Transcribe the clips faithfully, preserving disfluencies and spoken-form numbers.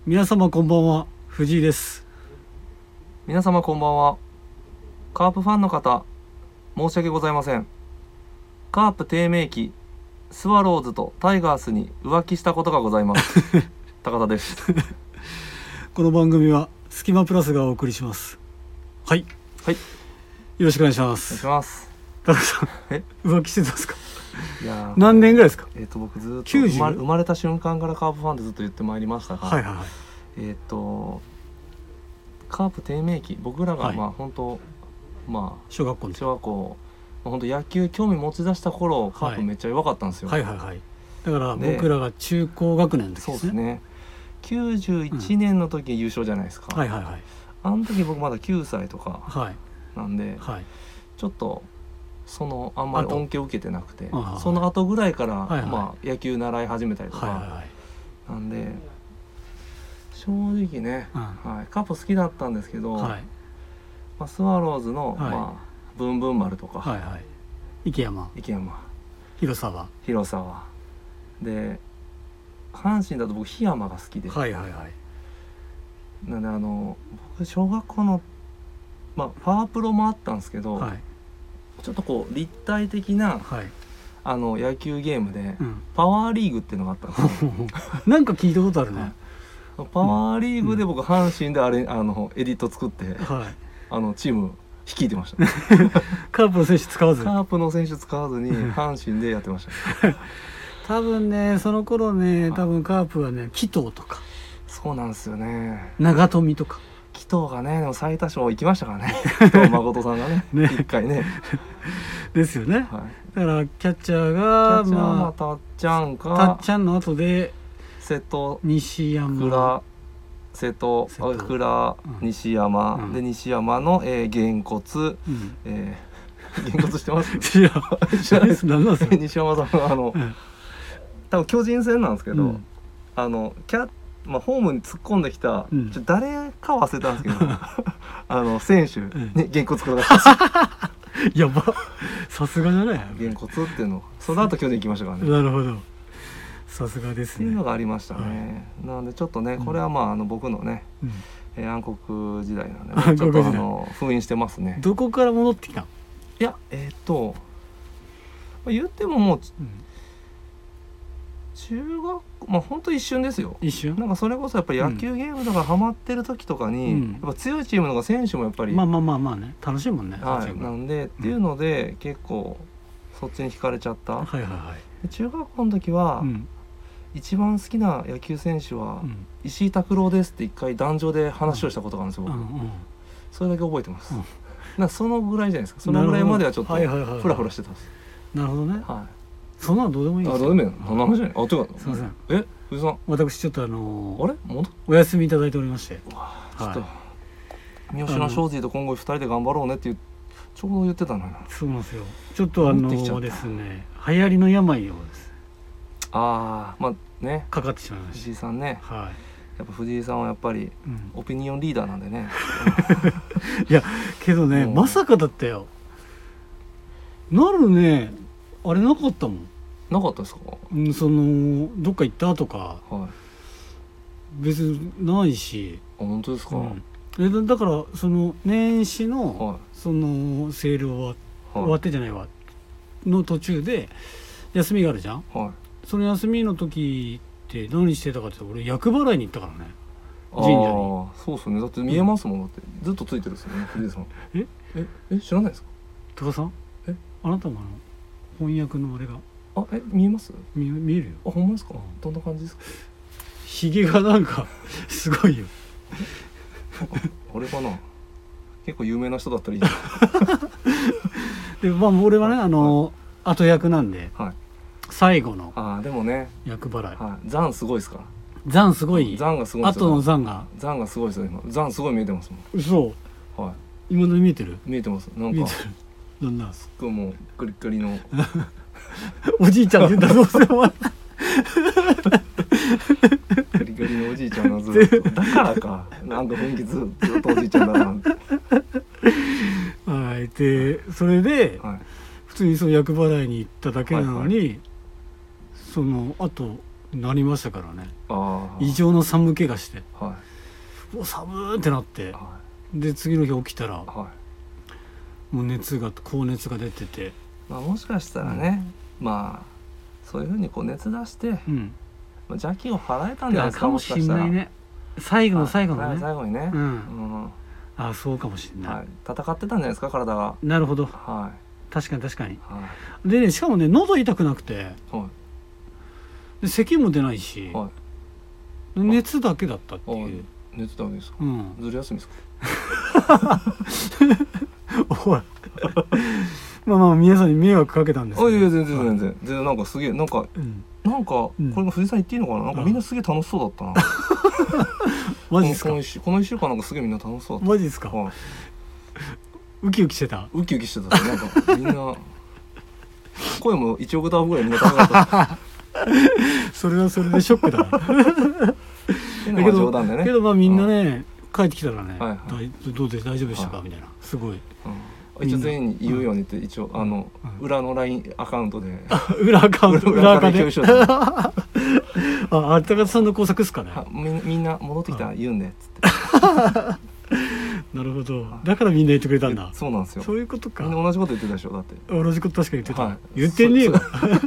皆様こんばんは、藤井です。 皆様こんばんは。カープファンの方、申し訳ございません。カープ低迷期、スワローズとタイガースに浮気したことがございます高田ですこの番組はスキマプラスがお送りします。はいはい、 よろしくお願いしまお願いす。 します。 高田さん、 え浮気してたんですか？ いや何年ぐらいですか？ えっ、ー、と僕ずっときゅうじゅう生まれ、生まれた瞬間からカープファンでずっと言ってまいりましたが、 はいはいはい。 えっ、ー、とカープ低迷期、僕らがはいまあ本当、まあ小学校の小学校本当野球興味持ち出した頃、カープめっちゃ弱かったんですよ。 はいはいはい。だから僕らが中高学年の時ですね。 そうですね。きゅうじゅういちねんの時に優勝じゃないですか、 うん、はいはいはい。 あの時僕まだきゅうさいとかなんで、 はいはい、 ちょっとそのあんまり恩恵を受けてなくて、 あその後ぐらいから、 はいはい、 まあ、野球習い始めたりとか、はいはいはい、なんで正直ね、うん、はい、カープ好きだったんですけど、はい、まあ、スワローズの、はい、まあ、ブンブン丸とか、はいはい、 池山池山広沢広沢で、阪神だと僕檜山が好きで、はいはいはい、なんであの僕小学校の、まあ、パワープロもあったんですけど、はい、ちょっとこう立体的な、はい、あの野球ゲームで、うん、パワーリーグっていうのがあったんですよなんか聞いたことあるね、 はい、パワーリーグで僕阪神であれ、あのエディット作って、はい、あのチーム率いてましたカープの選手使わずカープの選手使わずに阪神でやってました多分ね、その頃ね、多分カープはね、紀藤とか、 そうなんですよね、 長富とか、 紀藤がね、でも最多勝行きましたからね紀藤誠さんがねね一回ねですよね、はい、だからキャッチャーがキャッチャーはまあたっちゃんか、 たっちゃんの後で瀬戸、 西山、 倉、瀬戸、倉、うん、西山、うん、で西山の、えー、げんこつ、うん、えー、げんこつしてますいや知らないです。何なんですか西山さんのあの、うん、多分巨人戦なんですけど、うん、あのキャッ、まあ、ホームに突っ込んできた、うん、ちょ誰か忘れたんですけどあの選手にげんこつ転がしてますやば、さすがじゃないげんこつっていうの、その後巨人行きましたからね。 なるほど、さすがですね。 っていうのがありましたね、はい、なのでちょっとね、これはまあ、あの僕のね、うん、えー、暗黒時代なんで、ね、ちょっとあの封印してますね。 どこから戻ってきたの？ いや、えー、っと言ってももう、うん、中学、まあ本当一瞬ですよ。 一瞬。 なんかそれこそやっぱり野球ゲームとかハマってる時とかに、うん、やっぱ強いチームのが選手もやっぱりまあまあまあまあね、楽しいもんね。 はい、なんで、うん、っていうので結構そっちに惹かれちゃった。 はいはいはい。 中学校の時は、うん、一番好きな野球選手は、うん、石井拓郎ですって一回壇上で話をしたことがあるんですよ、僕、うんうん、それだけ覚えてます、うん、なんかそのぐらいじゃないですか。そのぐらいまではちょっとフラフラしてたんです。 なるほどね、 はい、 そんなのどうでもいいですよ。 あ、どうでもいいの、そんな話じゃない。あ、てかすいません、 え、藤さん、 私ちょっとあのー、 あれ戻っお休みいただいておりまして、 ちょっと、はい、三好の庄司と今後ふたりで頑張ろうねっていうちょうど言ってたのよ。 そうなんですよ。ちょっとあのー、ですね、流行りの病をですね、 ああ、まあね、 かかってしまいました。 藤井さんね、 はい、 やっぱ藤井さんはやっぱり、うん、オピニオンリーダーなんでねいやけどね、まさかだったよ。なるね、あれなかったもん。 なかったですか？ うん、そのどっか行ったとか、はい、別にないし。 あ、本当ですか？うん、 えだ, だからその年始の、はい、そのセール終 わ,、はい、終わってじゃないわの途中で休みがあるじゃん、はい、その休みの時って何してたかって俺厄払いに行ったからね、神社に。ああ、そうっすね。だって見えますもん、うん、だってずっとついてるっすよね、藤井さん。えええ、知らないですか？ 高さん、え、あなたもあの翻訳のあれが、 あ、え、見えます？ 見, 見えるよ。 あ、ほんまですか？どんな感じですか？ ひげがなんかすごいよあれかな、結構有名な人だったらいいで、まあ俺はね、あの、はい、後役なんで、はい、最後のあ、でもね、 厄払い、 はい、残すごいですから。 残すごい、 残がすごいですよ。 後の残が残がすごいですよ。今残すごい見えてますもん。 嘘。はい、今の見えてる？ 見えてます。なんか見えてる。どんなすっごいもうグリッグリのおじいちゃんって言ったらどうせお前グリグリのおじいちゃんのずっとだからか、なんか雰囲気ずっとおじいちゃんだなはい。でそれで、はい、普通にその厄払いに行っただけなのに、はいはい、その後なりましたからね。 あ異常の寒気がして、 はい、 お寒ーってなって、はい、で次の日起きたら、はい、もう熱が高熱が出てて、 まあ、もしかしたらね、うん、まあそういうふうにこう熱出して、うん、まあ、邪気を払えたんじゃないですか。 かもしれないね。最後の最後のね、 最後にね、うん、うん、 あ、そうかもしれない、はい、 戦ってたんじゃないですか、体が。 なるほど、はい、確かに確かに、はい、でね、しかもね、喉痛くなくて、はい、で咳も出ないし、はい、熱だけだったっていう。 熱だけですか、うん、ずる休みですかおいまあまあ皆さんに迷惑かけたんですけど。 あ、いや全然全然全然、なんかすげえなんか、うん、なんかこれも藤井さん言っていいのかな、なんかみんなすげえ楽しそうだったなマジですか。 このこのいっしゅうかんなんかすげえみんな楽しそうだった。 マジですか、はい、ウキウキしてた。 ウキウキしてた。なんかみんな声もいちオクターブぐらいみんな高かったそれはそれでショックだだけど、ね、けどまあみんなね、うん、帰ってきたらね、はいはい、どうで大丈夫でしたか、はい、みたいな、すごい、 うん、一応全員に言うようにって一応、うん、あの、うん、裏の ライン アカウントで裏アカウント裏アカでああ、高田さんの工作っすかね。 み, みんな戻ってきたら言うんでっつってなるほど、だからみんな言ってくれたんだ。 そうなんですよ。 そういうことか。 みんな同じこと言ってたでしょ。だって同じこと確か言ってた、はい、言ってねえよ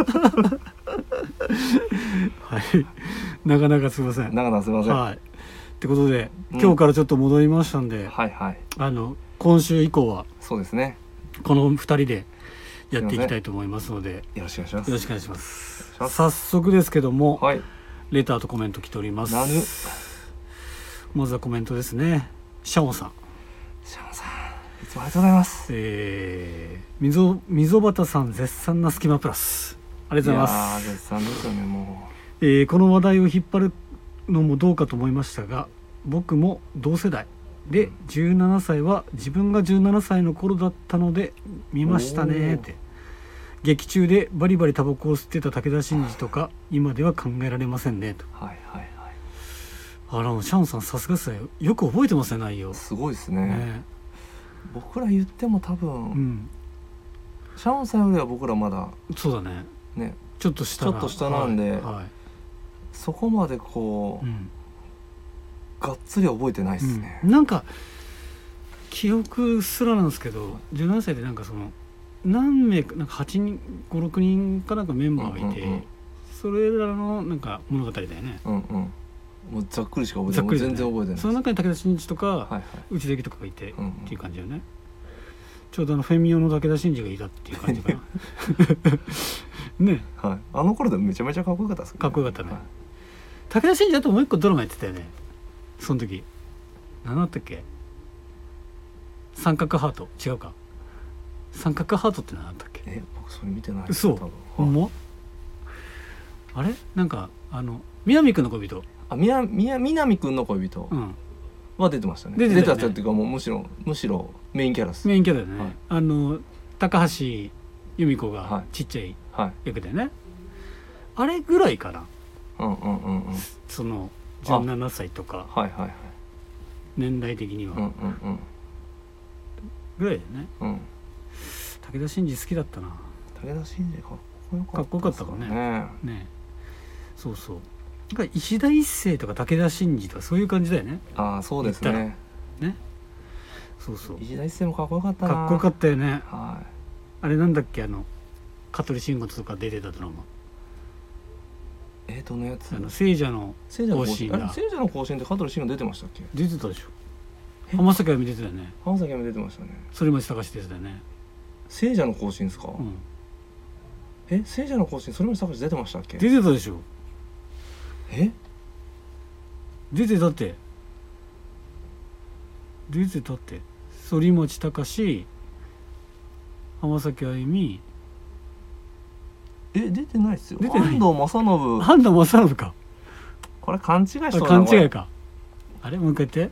はい、なかなかすいません。 なかなかすいません。 はい。ってことで、うん、今日からちょっと戻りましたんで、 はいはい。 あの今週以降はそうですね。 このふたりでやっていきたいと思いますので、 よろしくお願いします。 よろしくお願いします。早速ですけども、はい、レターとコメント来ております。 なぬ。 まずはコメントですね。シャオンさん。 シャオンさん、いつもありがとうございます。 えー、溝溝端さん絶賛なスキマプラス。ありがとうございます。 いや絶賛ですよね、もう。えー、この話題を引っ張るのもどうかと思いましたが、僕も同世代でじゅうななさいは自分がじゅうななさいの頃だったので見ましたねって。劇中でバリバリタバコを吸ってた武田真治とか今では考えられませんねと。 はいはいはい。 あら、シャンさんさすがですね。よく覚えてますね、内容。 すごいですね。ね、僕ら言っても多分、うん、シャンさんよりは僕らまだそうだね。 ね、 ちょっと下ちょっと下なんで、はいはい、そこまでこう、うん、がっつり覚えてないですね、 うん、なんか記憶すらなんですけど、じゅうななさいでなんかその何名かなんかはちにんごろくにんかなんかメンバーがいて、うんうんうん、それらのなんか物語だよね、 うんうん、もうざっくりしか覚えてない、ね、全然覚えてない。 その中に武田真治とか、はいはい、内出来とかがいて、うんうん、っていう感じだよね。ちょうどあのフェミオの武田真治がいたっていう感じかなね、 はい、あの頃でもめちゃめちゃかっこよかったですね。 かっこよかったね、はい、武田真治だともう一個ドラマやってたよね、その時。何だったっけ、三角ハート、違うか、三角ハートって何だったっけ。 え、僕それ見てない。 そうほんま、あれなんかあの南くんの恋人、 あ、みなみな南くんの恋人、うん、は出てましたね。出てたよね。出てたっていうかもうむしろむしろメインキャラです。 メインキャラだよね、はい、あの高橋由美子がちっちゃい役だよね、はい、あれぐらいかな、 うんうんうんうん、 そのじゅうななさいとか、 はいはいはい、 年代的には、うんうんうん、ぐらいだよね、うん、武田真治好きだったな。 武田真治かっこよかった、 かっこよかったかね。ね、そうそう、なんか石田一生とか武田真治とかそういう感じだよね。 ああ、そうですね。 ね、そうそう。 石田一生もかっこよかったな。 かっこよかったよね。 はい。 あれなんだっけ、あの香取慎吾とか出てたドラマ。 えーとのやつ。 あの聖者の行進だ。 聖者の行進って香取慎吾出てましたっけ？ 出てたでしょ。浜崎あゆみ出てたよね。 浜崎あゆみ出てましたね。 反町隆史出てたよね。 聖者の行進ですか？うん。え、聖者の行進、反町隆史出てましたっけ？ 出てたでしょ。 え？ 出てたって出てたって反町隆史、浜崎あゆみ。 え、出てないっすよ。出てない。安藤正信。 安藤正信か。 これ勘違いしたな。 勘違いか。あれもう一回言って。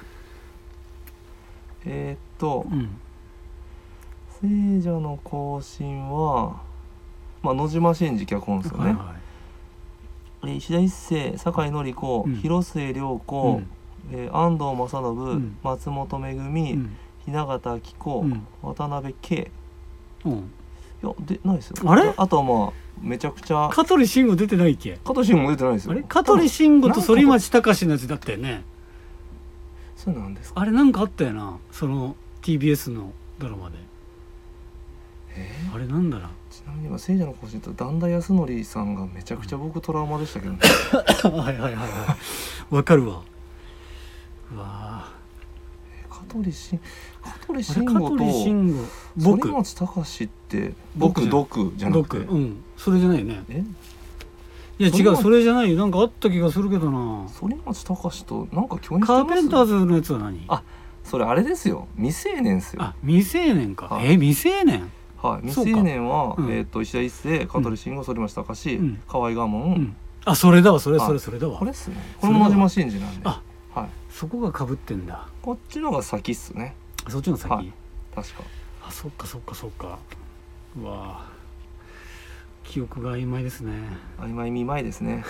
えー、っと、うん、聖者の行進は、まあ、野島伸司脚本ですよね。はいはい、石田一生、酒井紀子、うん、広末涼子、うんえー、安藤正信、うん、松本めぐみ、うん、雛形あき子、うん、渡辺圭、うん、いやでないですよ。 あれ？ あとはまあめちゃくちゃ香取慎吾出てないっけ？ 香取慎吾も出てないですよ。 あれ香取慎吾と反町隆史のやつだったよね。 そうなんですか。 あれなんかあったよな、その ティービーエス のドラマで。 えー、 あれなんだろう。 ちなみに今聖者の行進と段田康則さんがめちゃくちゃ僕トラウマでしたけどね。 はいはいはいはいわかるわ。うわ香取慎香取慎吾と反町隆史って僕毒じゃなくて、 うん、それじゃないよね。 えいや違う、それじゃないよ。なんかあった気がするけどな。 反町隆史となんか共演してます？ カーペンターズのやつは何？ あ、それあれですよ、未成年ですよ。 あ、未成年か。はい、え未成年。 はい、未成年は、うん、えっ、ー、と石田一世、香取慎吾、反町隆史、うん、河合我門、うん、 あ、それだわ、それそれそれだわ。 これっすね。これも野島真司なんで。 あ、はい。そこが被ってんだ。 こっちのが先っすね。 そっちの先。はい、 確か。 あ、そっかそっかそっか。うわ。記憶が曖昧ですね。 曖昧見舞いですね。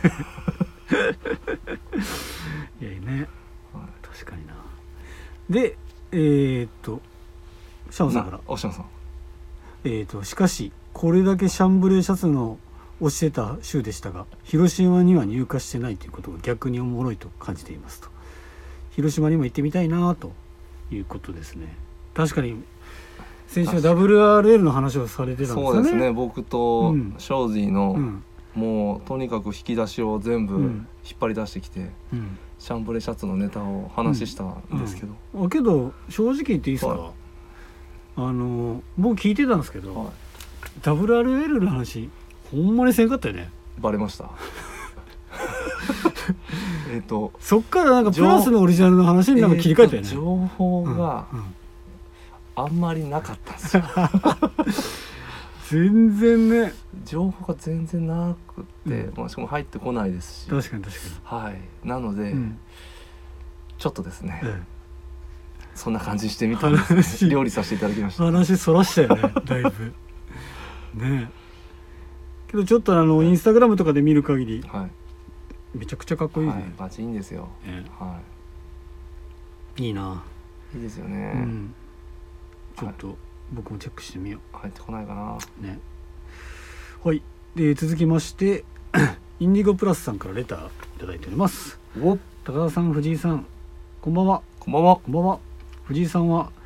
いやいやね、はい、確かにな。で、えー、っとシャオさんから。 あ、シャオさん。 えー、としかしこれだけシャンブレーシャツの押してた州でしたが、広島には入荷してないということが逆におもろいと感じていますと。広島にも行ってみたいなということですね。確かに先週は ダブルアールエル の話をされてたんですよね。 そうですね。僕とショージーの、うん、もうとにかく引き出しを全部引っ張り出してきて、うん、シャンブレーシャツのネタを話したんですけど、 うんうん、けど正直言っていいですか、はい、あの僕聞いてたんですけど、はい、ダブルアールエル の話ほんまにせんかったよね。 バレました。えっとそっからなんかプラスのオリジナルの話になんか切り替えたよね。 えー、情報があんまりなかったんですよ。 全然ね、 情報が全然なくて、うん、まあ、しかも入ってこないですし、 確かに確かに、はい、なので、うん、ちょっとですね、うん、そんな感じしてみたんです、ね、料理させていただきました。 話そらしたよね、だいぶね。けどちょっとあのインスタグラムとかで見る限り、はい、めちゃくちゃかっこいいね、はい、 バチいいんですよ、ね、はい、 いいな。 いいですよね、 うん、ちょっと僕もチェックしてみよう。入ってこないかなね。はい。で続きましてインディゴプラスさんからレターいただいております。お、高田さん、藤井さん、こんばんは。 こんばんは。 こんばんは。藤井さんは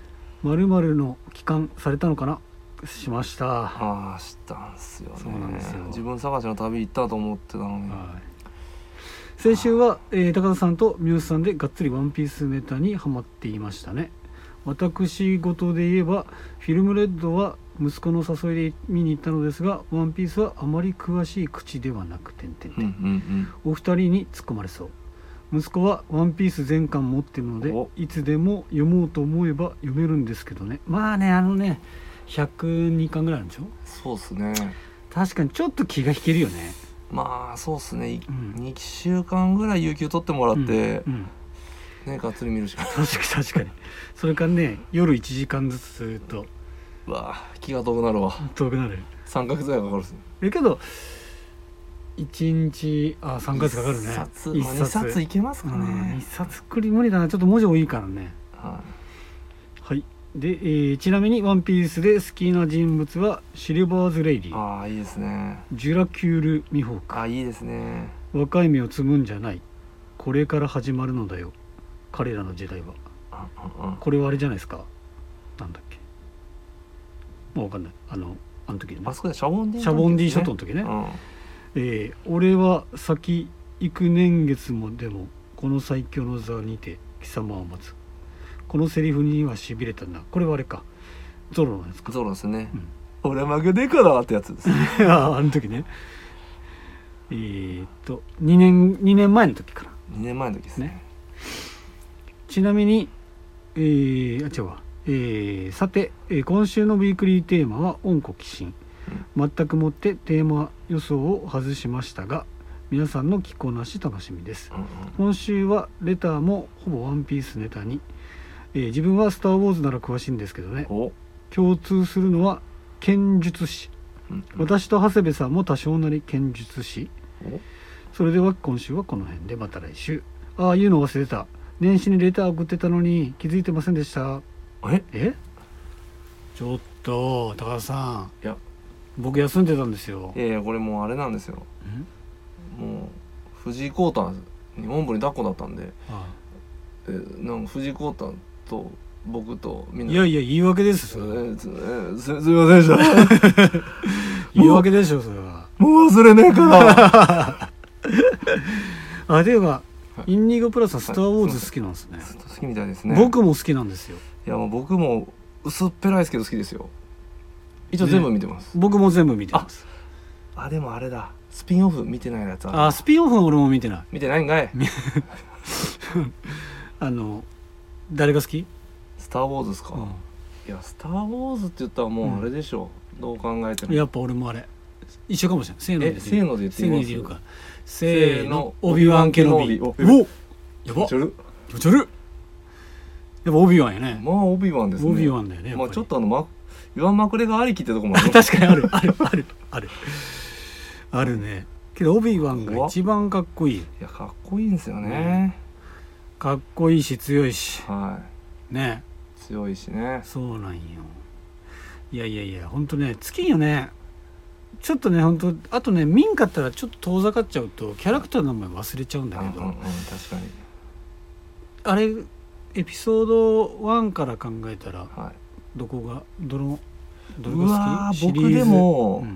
〇〇の帰還されたのかな。しました。 ああ、したんすよね。そうなんですよ。自分探しの旅行ったと思ってたのに、はい、 先週は、えー、高田さんとミュースさんでがっつりワンピースネタにハマっていましたね。私事で言えばフィルムレッドは息子の誘いで見に行ったのですが、ワンピースはあまり詳しい口ではなくてんてんてん、お二人に突っ込まれそう。息子はワンピース全巻持ってるのでいつでも読もうと思えば読めるんですけどね。まあね、あのねひゃくにかんぐらいあるんでしょ。 そうっすね。 確かにちょっと気が引けるよね。 まあそうっすね、うん、にしゅうかんぐらい有給取ってもらって、うんうん、ね、がっつり見るしかない。 確かに確かに。それからね、夜いちじかんずつするとうわ気が遠くなるわ。 遠くなる。 さんかげつぐらいかかるっすね。 えけどいちにち、あ、さんかげつかかるね。いっさつ、 まあ、にさついけますかね、 うん、いっさつくり無理だな。ちょっと文字多いからね。はい、はい。で、えー、ちなみにワンピースで好きな人物はシルバーズレイディ。 ああ、いいですね。 ジュラキュールミホーク。 ああ、いいですね。 若い芽を摘むんじゃない、これから始まるのだよ、彼らの時代は。あああ、これはあれじゃないですか。なんだっけ、もう分かんない。あのあの時ね、 あそこでシャボンディ、 ね、シャボンディ諸島の時ね、うん、えー、俺は先行く年月もでもこの最強の座にて貴様を待つ。このセリフにはしびれたな。これはあれか、ゾロのやつか。 ゾロですね、うん、俺は負けねえからってやつです、ね、 あ, あの時ね。えー、っと2年2年前の時かな。 にねんまえの時ですね。ね、 ちなみに、えー、あ違うわ、えー、さて、えー、今週のウィークリーテーマは温故寄心、うん、全くもってテーマ予想を外しましたが、皆さんの着こなし楽しみです、うんうん、今週はレターもほぼワンピースネタに、えー、自分はスターウォーズなら詳しいんですけどね、共通するのは剣術師、うんうん、私と長谷部さんも多少なり剣術師。それでは今週はこの辺で、また来週。ああ、言うの忘れた。年始にレター送ってたのに気づいてませんでした。 ええちょっと高田さん、いや僕休んでたんですよ。 いやいやこれもうあれなんですよ。もう藤井耕太におんぶに抱っこだったんで、ああえなんか藤井耕太と僕とみんな。 いやいや言い訳ですそれ、えー、す, えー、す, すいませんでした言い訳でしょそれは。 もう忘れねえからあでいうかインディゴプラスはスターウォーズ好きなんですね。 好きみたいですね。 僕も好きなんですよ。 いやもう僕も薄っぺらいですけど好きですよ。一応全部見てます、 ね、僕も全部見てます。 あ, あでもあれだスピンオフ見てないやつある。 あスピンオフは俺も見てない。 見てないんかいあの誰が好き？ スター・ウォーズですか、うん、いやスター・ウォーズって言ったらもうあれでしょ、うん、どう考えてもやっぱ俺もあれ一緒かもしれない。せーのでせーので言ってみます。せーので言うか。 せーのオビワンケノビ。おやばっ気持ち悪っ。やっぱオビワンやね。 まあオビワンですね。 オビワンだよね。 まあちょっとあのまユアン・マクレガーありきってとこもある確かにあるあるあるあるあるね。けどオビワンが一番かっこいい。いやかっこいいんですよね、 うん、かっこいいし強いし、 はいね強いしね。 そうなんよ。いやいやいや本当ね月よね。ちょっとね本当あとね見んかったらちょっと遠ざかっちゃうとキャラクターの名前忘れちゃうんだけど、 うんうんうん、確かにあれエピソードワンから考えたら、 はい、 どこがどのどれが好き？ うわ僕でも、うん、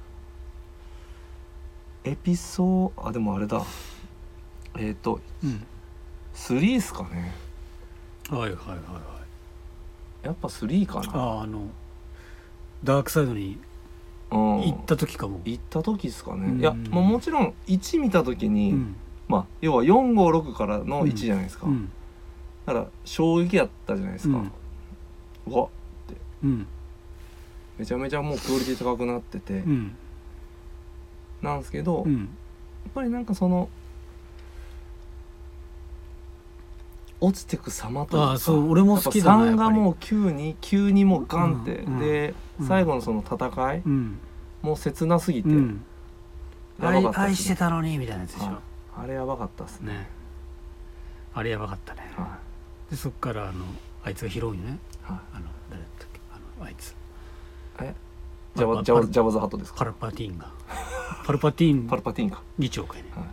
エピソードあでもあれだえっ、ー、と、うん、スリーっすかね。 はいはいはいはい。 やっぱスリーかな。 ああのダークサイドに行った時かも。 行った時っすかね、うん、いやもうもちろんいち見た時に、うん、まあ要はよんごろくからのいちじゃないですか、うん、だから衝撃やったじゃないですか、うん、うわって、うん、めちゃめちゃもうクオリティ高くなってて、うん、なんですけど、うん、やっぱりなんかその落ちてく様というか、 あそう俺も好きだな。 さんがもうきゅうに急にもうガンって、うん、で、うん、最後のその戦い、うん、もう切なすぎて、うん、 やばかった、ね、愛してたのにみたいなやつでしょ。 あ, あれやばかったっす ね, ねあれやばかったね、はい、でそっからあのあいつが拾うよね、はい、あの誰だったっけあのあいつえジャバジャバジャバザハットですか。 パルパティーンがパルパティーンパルパティーンか議長かいね、はい、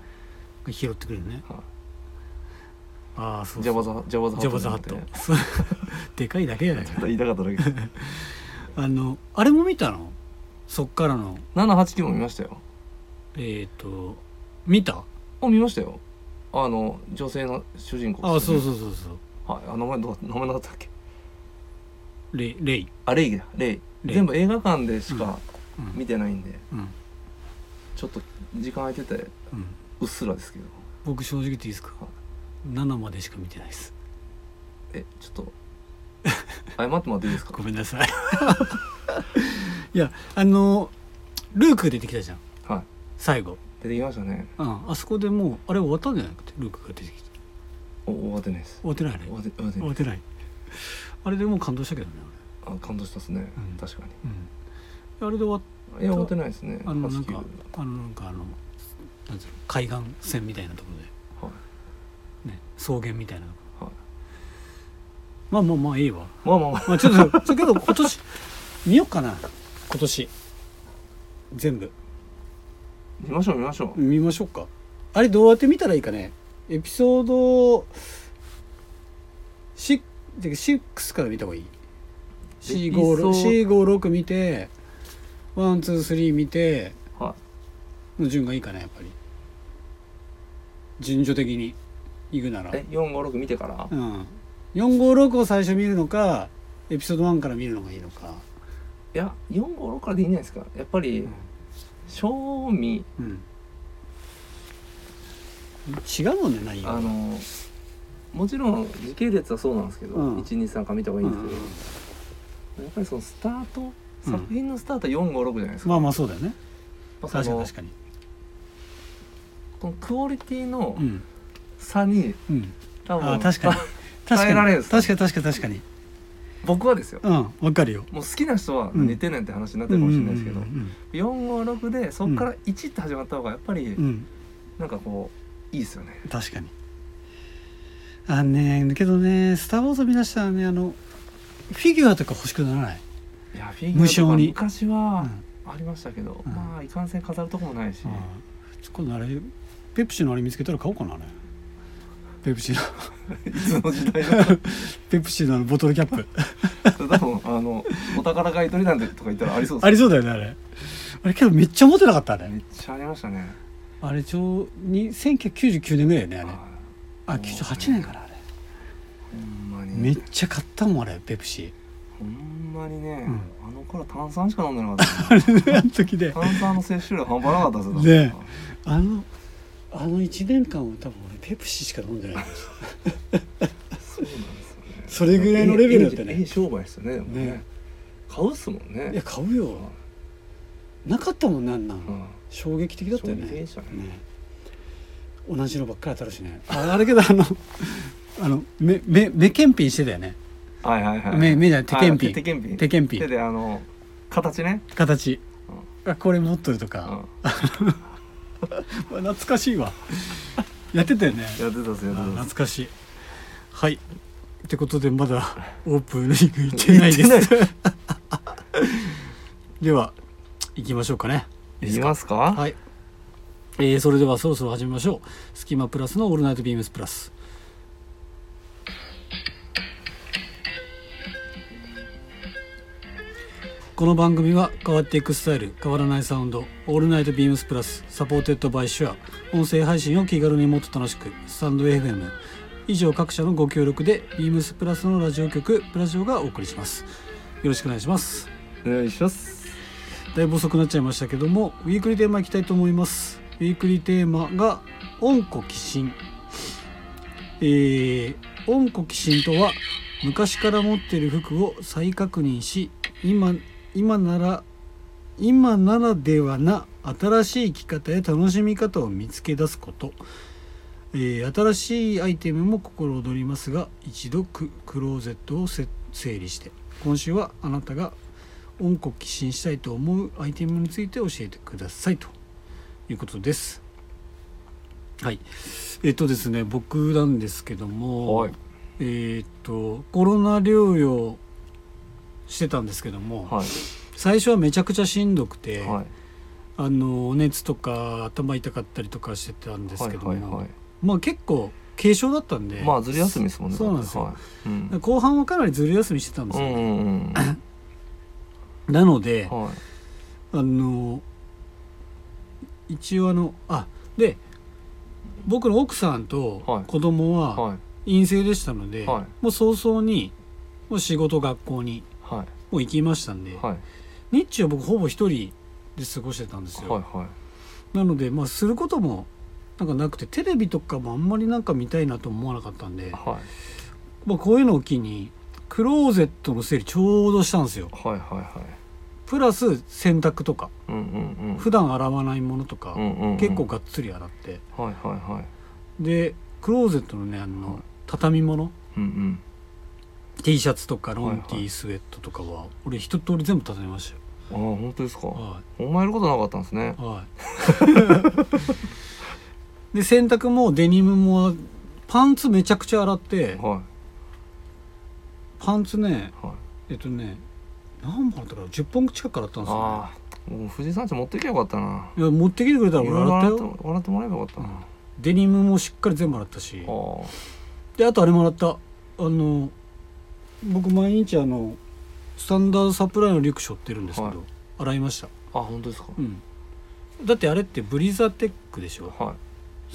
拾ってくるよね、はい、ああそうそうジャバザジャバザハットジャバザハットでかいだけやないか言いたかっただけあのあれも見たの？そっからのななはちきゅうも見ましたよ。 えっ、ー、と見た？ あ見ましたよ。あの女性の主人公、 ね、あそうそうそうそう。 はいあ名前どう名前だったっけ？ レイレイあレイだレイ全部映画館でしか見てないんで、うんうん、ちょっと時間空いてて、うん、うっすらですけど。 僕正直言っていいですか？はい、ななまでしか見てないです。 えちょっと謝ってもらっていいですか？ ごめんなさいいやあのルーク出てきたじゃん、はい、最後出てきましたね、 うん、あそこでもうあれ終わったんじゃなくてルークが出てきてお終わってないです終わってないね終わって終わってない終わってないあれでもう感動したけどね俺あ感動したっすね、うん、確かに、 うん、あれで終わっいや終わってないですね。 あのなんかあのなんかあのなんていうの海岸線みたいなところで、はいね、草原みたいなところ、はい、まあまあまあいいわまあまあまあ、 まあ、ちょっとだけど今年見よっかな今年全部見ましょう見ましょう見ましょうか。あれどうやって見たらいいかね。エピソードろくから見た方がいい。よんごろく見てワンツースリー見て、はい、の順がいいかなやっぱり順序的にいくならえよんごろく見てから、 うん、よんごろくを最初見るのかエピソードワンから見るのがいいのか。 いやよんごろくからでいいんじゃないですか。やっぱり、うん、賞味、うん、 違うもんね内容。 あのもちろん時系列はそうなんですけど、うん、いちにさんから見た方がいいんですけど、うん、やっぱりそのスタート作品のスタートはよんごろくじゃないですか、 うん、まあまあそうだよね。確かに確かにこのクオリティの差に、うん、多分あ確かに耐えられるんですか、ね、 確かに確かに確かに僕はですよ。 うんわかるよ。 もう好きな人は似てんねんって話になってるかもしれないですけど、よんごろくでそこからいちって始まった方がやっぱり、うん、なんかこういいですよね。 確かにあのねけどねスター・ウォーズ見出したらねあのフィギュアとか欲しくならない？ いやフィギュアとか昔は、 ありましたけど、うん、まあいかんせん飾るとこもないし、うん、 今度あれペプシのあれ見つけたら買おうかなあれペプシのいつの時代のペプシのボトルキャップ多分あのお宝買い取りなんてとか言ったらありそうです、 ありそうだよねあれあれけどめっちゃ持ってなかったあれめっちゃありましたねあれちょにせんきゅうひゃくきゅうじゅうきゅうねんぐらいだよねあれあきゅうじゅうはちねんかなあれほんまにめっちゃ買ったもんあれペプシほんまにね、 うん、 あの頃炭酸しか飲んでなかったあの時で炭酸の摂取量半端なかったですよねあのあのいちねんかんは多分俺ペプシしか飲んでないんですそうなんですよねそれぐらいのレベルだったねいい商売ですよねでもねね買うっすもんねいや買うよ、うん、なかったもんねあんな、うん、衝撃的だったよね衝撃でしたね、ね同じのばっかり当たるしね あ, あれけどあのあの目目目検品してたよねはいはいはい目目じゃない手検品手検品手検品手であの形ね形、うん、あこれ持っとるとか、うん、懐かしいわやってたよねやってたっすやってた懐かしいはいってことでまだオープンリーグ行ってないですでは行きましょうかね行きますかはい、えー、それではそろそろ始めましょうスキマプラスのオールナイトビームスプラスこの番組は変わっていくスタイル変わらないサウンドオールナイトビームスプラスサポーテッドバイシュア音声配信を気軽にもっと楽しくスタンド エフエム 以上各社のご協力でビームスプラスのラジオ局プラジオがお送りしますよろしくお願いしますお願いしますだいぶ遅くなっちゃいましたけどもウィークリーテーマいきたいと思いますウィークリーテーマが温故寄進、えー、温故寄進とは昔から持っている服を再確認し今今なら今ならではな新しい生き方や楽しみ方を見つけ出すこと、えー、新しいアイテムも心躍りますが一度 ク, クローゼットを整理して今週はあなたが温故寄進したいと思うアイテムについて教えてくださいということです。はいえっとですね僕なんですけども、はい、えっとコロナ療養してたんですけども、はい、最初はめちゃくちゃしんどくて、はい、あの熱とか頭痛かったりとかしてたんですけども、はいはいはい、まあ結構軽症だったんでまあずる休みですもんねそうなんですよ、 はいうん、 後半はかなりずる休みしてたんですよ、ねうんうんうんなので、はい、あの一応あのあで僕の奥さんと子供は陰性でしたので、はい、もう早々にもう仕事学校にもう行きましたんで、はい、日中は僕ほぼ一人で過ごしてたんですよ、はいはい、なので、まあ、することもなんかなくてテレビとかもあんまりなんか見たいなと思わなかったんで、はいまあ、こういうのを機にクローゼットの整理ちょうどしたんですよ、はいはいはい、プラス洗濯とか、うんうんうん、普段洗わないものとか、うんうんうん、結構がっつり洗って、はいはいはい、でクローゼットのねあの、はい、畳物、うんうん、T シャツとかロン T、はいはい、スウェットとかは俺一通り全部畳みましたよ。 ああ本当ですか、はい、お前やることなかったんですね、はい 、で洗濯もデニムもパンツめちゃくちゃ洗って、はい、パンツね、はい、えっとね何本あったかなじゅっぽん近く洗ったんですよ、ね、ああもう富士山地持ってきゃよかったな。 いや持ってきてくれたら俺洗ったよ。 洗ってもらえばよかったな、うん、 デニムもしっかり全部洗ったしあであとあれも洗ったあの僕毎日あのスタンダードサプライのリュック背負ってるんですけど、はい、洗いました。 あ本当ですか、うん、 だってあれってブリザテックでしょ、はい、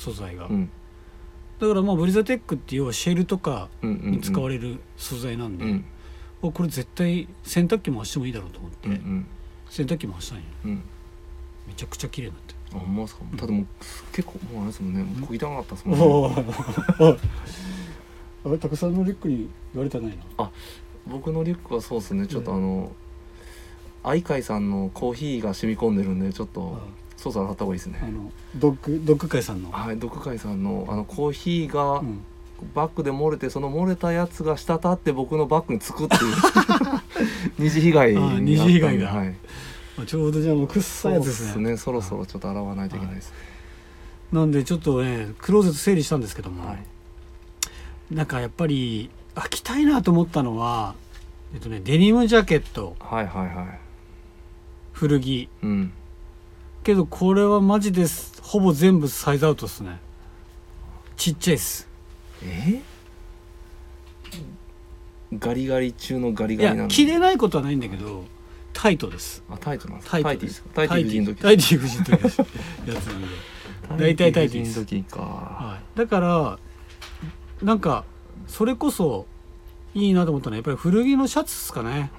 素材が、うん、だからまあブリザテックって要はシェルとかに使われる素材なんで、うんうんうん、これ絶対洗濯機回してもいいだろうと思って、うんうん、洗濯機回したんや、うん、めちゃくちゃ綺麗になってあほんまですか、うん、ただもう結構もうあれですもんね小汚かったですもんねあれたくさんのリュックに言われたないなあ僕のリュックはそうですねちょっとあの愛海さんのコーヒーが染み込んでるんでちょっと操作洗った方がいいですね。 あのドッグドッグ会さんのはいドッグ会さんのあのコーヒーがバッグで漏れてその漏れたやつが滴って僕のバッグにつくっていう二次被害にあ二次被害が、はい、ちょうどじゃあもうくっさいやつですね。 そうですねそろそろちょっと洗わないといけないですね、 はい、なんでちょっとねクローゼット整理したんですけども、はい、なんかやっぱりあ着たいなと思ったのはえっとねデニムジャケット、はいはいはい、 古着、 うん、 けどこれはマジですほぼ全部サイズアウトですね。ちっちゃいっす。 えガリガリ中のガリガリなの。 いや着れないことはないんだけどタイトです。 あ、タイトなんですか。 タイトです。 タイティ夫人の時。 タイティ夫人の時ですやつなんで大体タイトです。 時か、 はい、だからなんかそれこそいいなと思ったのはやっぱり古着のシャツですかね。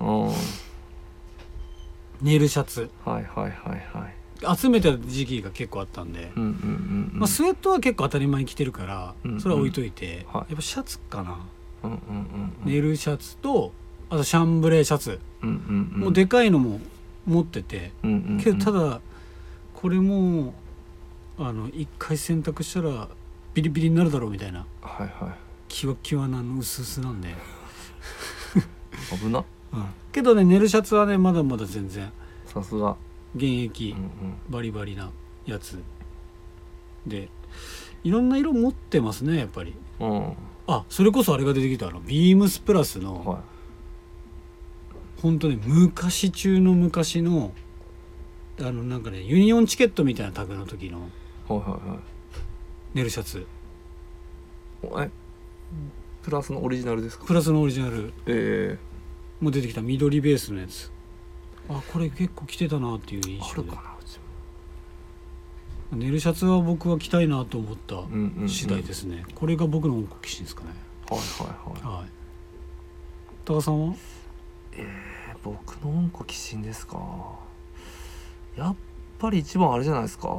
ネイルシャツ、 はいはいはいはい、 集めた時期が結構あったんで、 うんうんうんうん、まあ、 スウェットは結構当たり前に着てるから、うんうん、それは置いといて、はい、やっぱシャツかな、 うんうんうんうん、 ネイルシャツとあとシャンブレーシャツ、うんうんうん、もうでかいのも持ってて、うんうんうん、けどただこれもあの一回洗濯したらビリビリになるだろうみたいな、 はいはい、 キワキワなの薄々なんで危な、 うん、けどねネイルシャツはねまだまだ全然さすが現役、うんうん、バリバリなやつでいろんな色持ってますねやっぱり、うん、あそれこそあれが出てきたあのビームスプラスの、はい、ほんとね昔中の昔のあのなんかねユニオンチケットみたいなタグの時のネイルシャツ、 えプラスのオリジナルですか。 プラスのオリジナル、 えー、もう出てきた緑ベースのやつ、あこれ結構着てたなっていう印象で、 あるかなうちもネイルシャツは僕は着たいなと思った次第ですね、うんうんうん、これが僕の温故寄進ですかね。 はいはいはい、はい、 高さんは。 えー、僕の温故寄進ですか。やっぱり一番あれじゃないですか、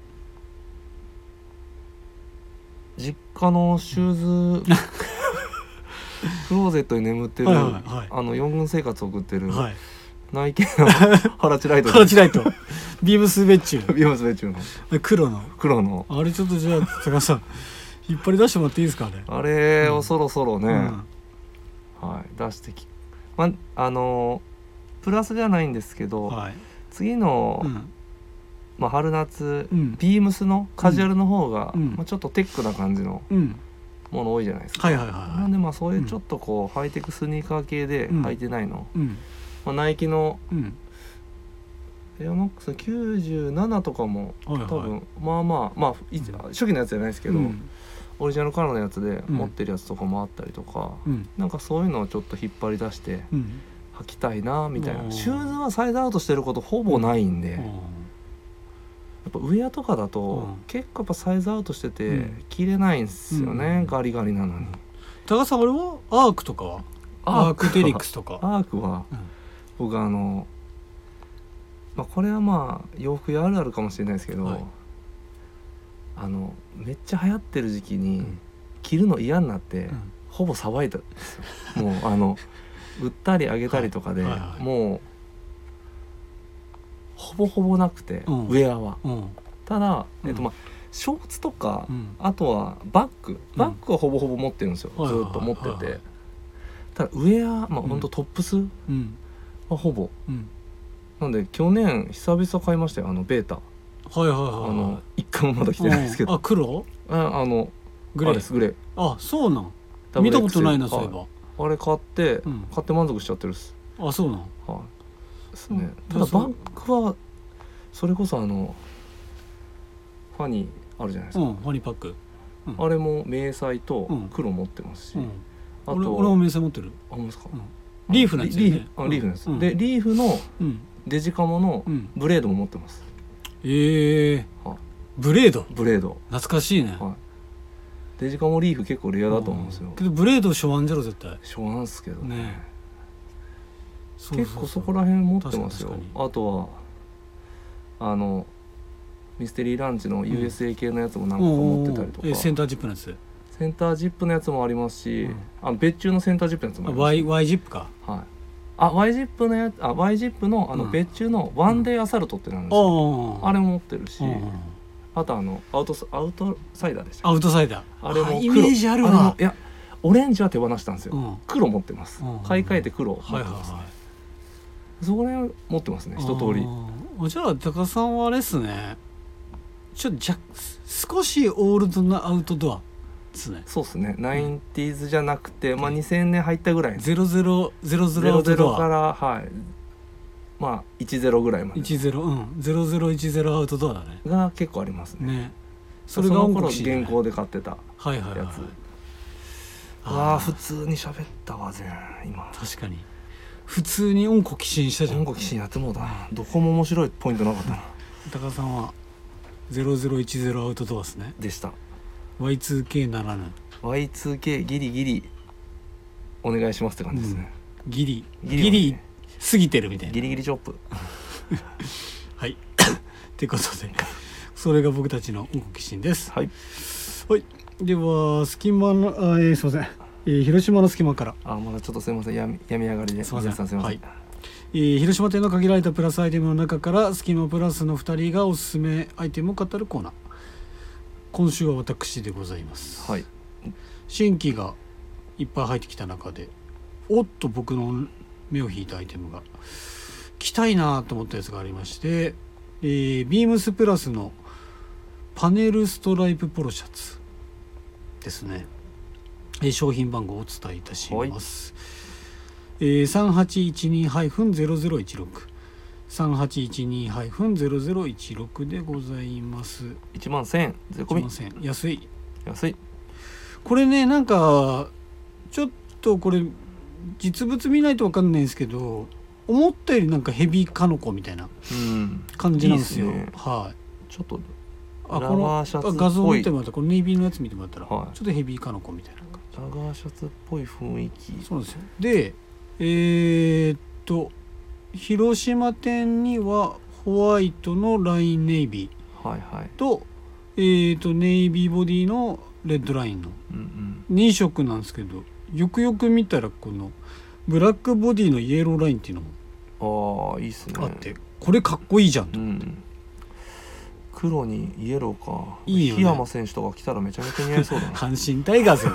実家のシューズクローゼットに眠ってる、はいはいはい、あのよん軍生活を送ってる、はい、ナイキのハラチライトハラチライトビームスベッチュビームスベッチュの黒の黒のあれちょっとじゃあ高さん引っ張り出してもらっていいですかね。 あれをそろそろね、うん、はい、出してき、まあのプラスじゃないんですけど、はい、次の、うんまあ、春夏、うん、ビームスのカジュアルの方が、うんまあ、ちょっとテックな感じのもの多いじゃないですか、 はいはいはいはい、 なんでまあそういうちょっとこう、うん、ハイテクスニーカー系で履いてないの、うんまあ、ナイキの、うん、エアマックスきゅうじゅうななとかも、はいはい、多分まあまあまあ、うん、初期のやつじゃないですけど、うん、オリジナルカラーのやつで持ってるやつとかもあったりとか、うん、なんかそういうのをちょっと引っ張り出して履きたいなみたいな、シューズはサイズアウトしてることほぼないんで、やっぱウェアとかだと、うん、結構やっぱサイズアウトしてて、うん、着れないんですよね、うん、ガリガリなのに。 高さん俺はアークとかはアークテリックスとかアークは、うん、僕あの、まあ、これはまあ洋服屋あるあるかもしれないですけど、はい、あのめっちゃ流行ってる時期に、うん、着るの嫌になって、うん、ほぼさばいたんですよもうあの売ったりあげたりとかで、はいはいはい、もうほぼほぼなくて、うん、ウェアは、うん、ただ、えっとまあ、ショーツとか、うん、あとはバッグバッグはほぼほぼ持ってるんですよ、うん、ずっと持ってて、はいはいはい、ただウェア、まあ、ほんとトップスはほぼ、うん、なんで去年久々買いましたよ、あのベータ、 はいはいはい、はい、 あの一回もまだ着てないですけど、 あ黒ああのグレーあですグレー、 あそうなん見たことないな、そういえばあれ買って、うん、買って満足しちゃってるっす。 あそうなん、 はい、ですね、ただバッグはそれこそあのファニーあるじゃないですか、うん、 ファニーパック、 うん、あれも迷彩と黒持ってますし、うん、 あと 俺, 俺も迷彩持ってる。 あ、本当ですか、うん、 リーフのやつ、ね、 リーフ、あ、リーフのやつ、うん、でリーフのデジカモのブレードも持ってます、 うん、ええー、はい、ブレードブレード懐かしいね、はい、 デジカモリーフ結構レアだと思うんですよ、 けどブレード初腕じゃろ絶対。 初腕っすけど ね, ねそうそうそう、結構そこら辺持ってますよ。あとはあのミステリーランチの ユーエスエー 系のやつも何個か持ってたりとか、うん、 センタージップのやつセンタージップのやつもありますし、うん、あの別注のセンタージップのやつもありますし、 Y, Y ジップか、 はい、あ Y ジップのやつ、あ Y ジップのあの別注のワンデーアサルトってなんですよ、うん、あれも持ってるし、うん、あとあのアウトアウトサイダーでした、 アウトサイダー、 あれも黒、 イメージあるわ。 いやオレンジは手放したんですよ、うん、黒持ってます、うん、買い替えて黒持ってますね、はいはいはい、そこら辺持ってますね一通り。 じゃあ高さんはあれっすね、ちょっとじゃ少しオールドなアウトドアですね。 そうですね、ナインティーズじゃなくて、うん、まあにせんねん入ったぐらい、 ゼロゼロゼロゼロアウトドアから、はい、 まあいちゼロぐらいまでじゅううんゼロゼロいちゼロアウトドアだねが結構ありますね。ねそれがその頃現行で買ってたやつ、はいはいはいはい、ああ普通に喋ったわ全今確かに普通に温故寄進したじゃん。 温故寄進やってもうだな。どこも面白いポイントなかったな。 高さんはゼロゼロいちゼロアウトドアですね。 でした。 ワイツーケー ならぬワイツーケー ギリギリお願いしますって感じですね、 うん、ギリギリ、ギリ過ぎてるみたいなギリギリチョップはいってことでそれが僕たちの温故寄進です。 はい、 はい、では隙間のあ、えー、すいません、えー、広島の隙間から。 あまだちょっとすいませんやみ病み上がりですいませんすいません、はい、 えー、広島店の限られたプラスアイテムの中から隙間プラスのふたりがおすすめアイテムを語るコーナー。今週は私でございます、はい、新規がいっぱい入ってきた中でおっと僕の目を引いたアイテムが着たいなと思ったやつがありまして、えー、ビームスプラスのパネルストライプポロシャツですね。えー、商品番号をお伝えいたします、はい、えー、さんはちいちに ゼロゼロいちろく さんはちいちに ゼロゼロいちろく でございます。 いちまんせんえん税込みいちまんせんえん安い安い。 これねなんかちょっとこれ実物見ないと分かんないんですけど思ったよりなんかヘビカノコみたいな感じなんですよ、うん、いいですね。はい、ちょっとあこの画像見てもらったらこのネイビーのやつ見てもらったら、はい、ちょっとヘビカノコみたいな感じラガーシャツっぽい雰囲気。 そうですよ。でえー、っと広島店にはホワイトのラインネイビー、はいはい、と,、えー、とネイビーボディのレッドラインのに色なんですけど、よくよく見たらこのブラックボディのイエローラインっていうのもあいいっすねあってこれかっこいいじゃんと、うん、 黒にイエローかいいよ、ね、 檜山選手とか来たらめちゃめちゃ似合いそうだな阪神タイガースよ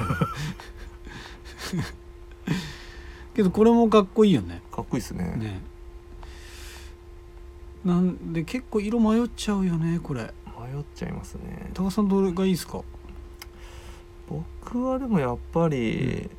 けどこれもかっこいいよね。 かっこいいっすね。ねなんで結構色迷っちゃうよねこれ。迷っちゃいますね。 高さんどれがいいですか？ 僕はでもやっぱり、